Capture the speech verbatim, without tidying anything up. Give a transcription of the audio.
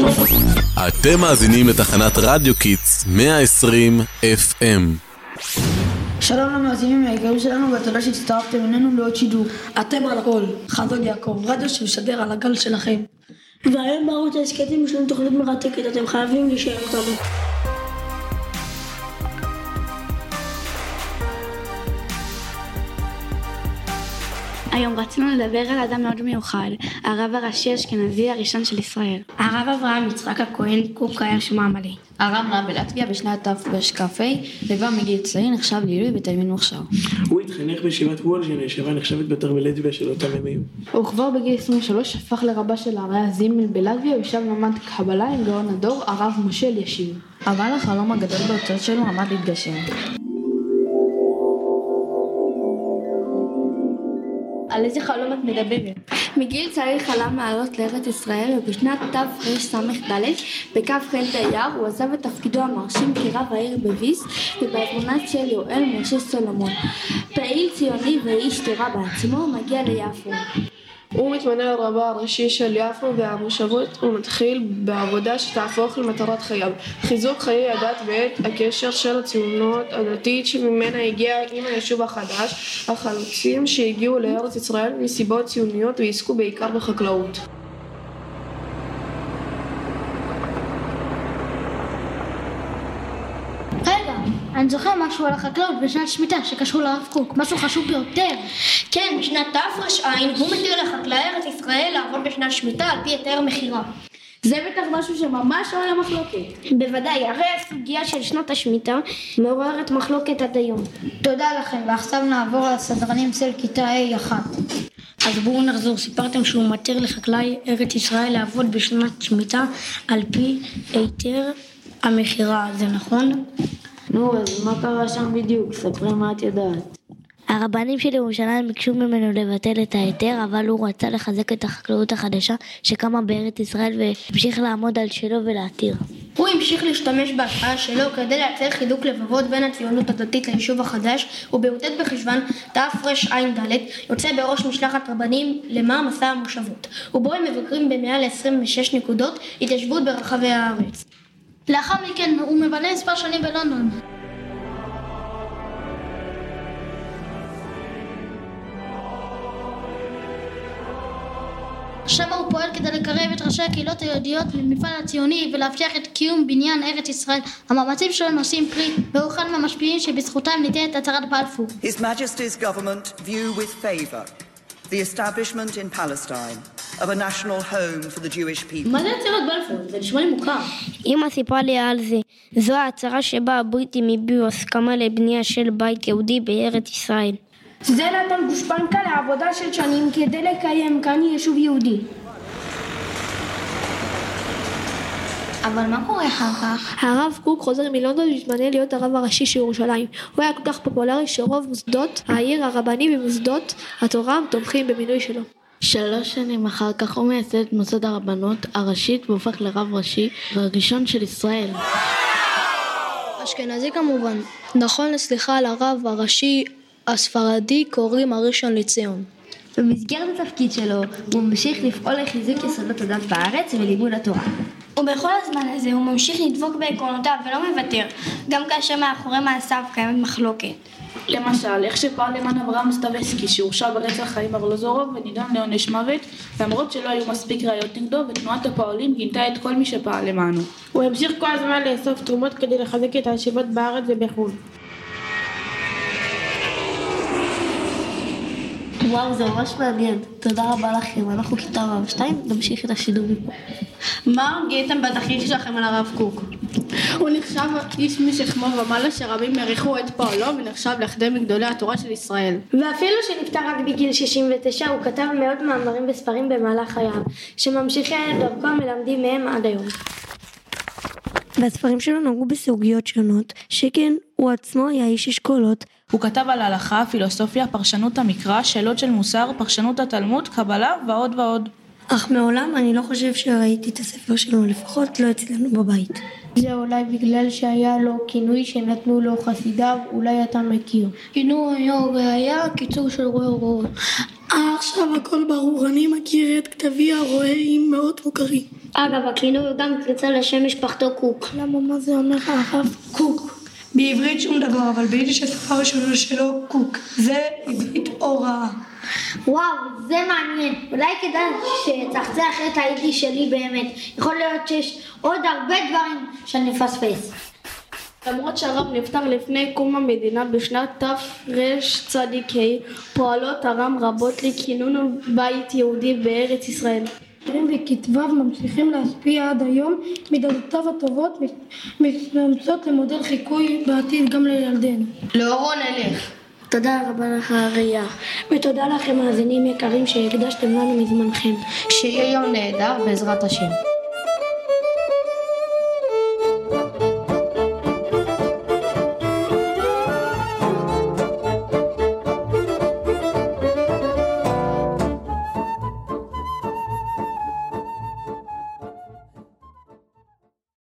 אתם מאזינים לתחנת רדיו קיטס מאה ועשרים אף אם. שלום למאזינים היקרים שלנו ותודה שהצטרפתם אלינו לעוד שידור. אתם על הכל, חזון יעקב, רדיו שמשדר על הגל שלכם. והיום בערוץ ההסכתים יש לנו תוכנית מרתקת, אתם חייבים להישאר אותנו. היום רצינו לדבר על אדם מאוד מיוחד, הרב הראשי האשכנזי הראשון של ישראל. הרב אברהם יצחק הכהן קוק היה שמו המלא. הרב נולד בלטביה בשנת תר"פ, וכבר מגיל צעיר נחשב לעילוי ותלמיד מוכשר. הוא התחנך בישיבת וולז'ין, הישיבה נחשבת ביותר מלטביה של אותם ימים. וכבר בגיל עשרים ושלוש הפך לרבה של הראייה זימל בלטביה, ושם למד קבלה עם גאון הדור הרב משה אלישיב. אבל החלום הגדול ביותר שלו עמד להתגשם. על איזה חלום את מדברת? מגיל צעיר חלם לעלות לארץ ישראל, ובשנת תרס"ד בכ"ח באייר הוא עזב את תפקידו המרשים כרב העיר בוויס ובתמונת של יואל משה סולומון. פעיל ציוני ואיש תורה בעצמו מגיע ליפו. הוא מתמנה לרבה הראשי של יפו והמושבות ומתחיל בעבודה שתהפוך למטרת חייו, חיזוק חיי הדת ואת הקשר של הציונות הדתית שממנה הגיע עם היישוב החדש, החלוצים שהגיעו לארץ ישראל מסיבות ציוניות ועסקו בעיקר בחקלאות. אני זוכר משהו על החקלאות בשנת שמיטה שקשור לרב קוק, משהו חשוב ביותר. כן, בשנת תר"ש הוא מתיר לחקלאי ארץ ישראל לעבוד בשנת שמיטה על פי היתר מכירה. זה בטח משהו שממש לא היה מחלוקת. בוודאי, הרי הסוגיה של שנות השמיטה מעוררת מחלוקת עד היום. תודה לכם, ועכשיו נעבור על הסדרנים של כיתה A אחת. אז בואו נחזור, סיפרתם שהוא מתיר לחקלאי ארץ ישראל לעבוד בשנת שמיטה על פי היתר המכירה, זה נכון? נו, אז מה קרה שם בדיוק? ספרי מה את יודעת. הרבנים של ירושלים ביקשו ממנו לבטל את ההיתר, אבל הוא רצה לחזק את החקלאות החדשה שקמה בארץ ישראל והמשיך לעמוד על שלו ולהתיר. הוא המשיך להשתמש בהשפעה שלו כדי לייצר חיזוק לבבות בין הציונות הדתית ליישוב החדש, ובי"ט בחשוון תרע"ד יוצא בראש משלחת רבנים למען מסע המושבות, ובו הם מבקרים במעל עשרים ושש נקודות התיישבות ברחבי הארץ. לאחר מכן הוא מבלה מספר שנים בלונדון. שם הוא פועל כדי לקרב את ראשי הקהילות היהודיות למפעל הציוני ולהבטיח את קיום בניין ארץ ישראל. המאמצים שלו נושאים פרי, והוא אחד מהמשפיעים שבזכותם ניתנת הצהרת בלפור. His Majesty's government view with favor the establishment in Palestine of a national home for the Jewish people. מה זה הצהרת בלפור? זה נשמע לי מוכר. אמא סיפרה לי על זה. זו ההצהרה שבה הבריטים הביעו הסכמה לבנייה של בית יהודי בארץ ישראל. זה נתן גושפנקה לעבודה של שנים כדי לקיים כאן יישוב יהודי. אבל מה קורה אחר כך? הרב קוק חוזר מלונדון ומתמנה להיות הרב הראשי של ירושלים. הוא היה כל כך פופולרי שרוב מוסדות העיר הרבנים ומוסדות התורה תומכים במינוי שלו. שלוש שנים אחר כך הוא מייסד את מוסד הרבנות הראשית והופך לרב ראשי הראשון של ישראל. אשכנזי כמובן. נכון, לסליחה על הרב הראשי הספרדי קוראים הראשון לציון. במסגרת התפקיד שלו הוא ממשיך לפעול לחיזוק יסודות הדת בארץ ולימוד התורה. ובכל הזמן הזה הוא ממשיך לדבוק בעקרונותיו ולא מוותר, גם כאשר מאחורי מעשיו קיימת מחלוקת. למשל, איך שפעל למען אברהם סטבסקי שהורשע ברצח חיים ארלוזורוב ונידון לעונש מוות, למרות שלא היו מספיק ראיות נגדו, ותנועת הפועלים גינתה את כל מי שפעל למענו. הוא המשיך כל הזמן לאסוף תרומות כדי לחזק את הישיבות בארץ ובחו"ל. וואו, זה ממש מעניין. תודה רבה לכם. אנחנו כיתה רב שתיים, נמשיך את השידור מפה. מה גיליתם בתחקיר שלכם על הרב קוק? הוא נחשב איש משכמו ומעלה שרבים העריכו את פועלו ונחשב לאחד מגדולי התורה של ישראל. ואפילו שנפטר רק בגיל שישים ותשע, הוא כתב מאות מאמרים בספרים במהלך חייו, שממשיכי דרכו מלמדים מהם עד היום. והספרים שלו נגעו בסוגיות שונות, שכן הוא עצמו היה איש אשכולות. הוא כתב על הלכה, פילוסופיה, פרשנות המקרא, שאלות של מוסר, פרשנות התלמוד, קבלה ועוד ועוד. אך מעולם אני לא חושב שראיתי את הספר שלו, לפחות לא אצלנו בבית. זה אולי בגלל שהיה לו כינוי שנתנו לו חסידיו, אולי אתה מכיר. כינוי היה ראיה, קיצור של רואי אורות. עכשיו הכל ברור, אני מכיר את כתבי הרועיים מאוד מוכרים. אגב, הכינוי הוא גם קריצה לשם משפחתו קוק. למה, מה זה אומר הרב קוק? בעברית שום דבר, אבל ביידיש השפה הראשונה שלו קוק. זה עברית הוראה. וואו, זה מעניין. אולי כדאי שצחצח את היידיש שלי באמת. יכול להיות שיש עוד הרבה דברים שאני מפספס. למרות שהרב נפטר לפני קום המדינה בשנת תרצ"ה, פועלות הרם רבות לכינון בית יהודי בארץ ישראל. וכתביו ממשיכים להשפיע עד היום, מידותיו הטובות מתאמצות למודל חיקוי בעתיד גם לילדינו. לאורו נלך. תודה רבה לך ראייה, ותודה לכם מאזינים יקרים שהקדשתם לנו מזמנכם. שיהיה יום נהדר בעזרת השם.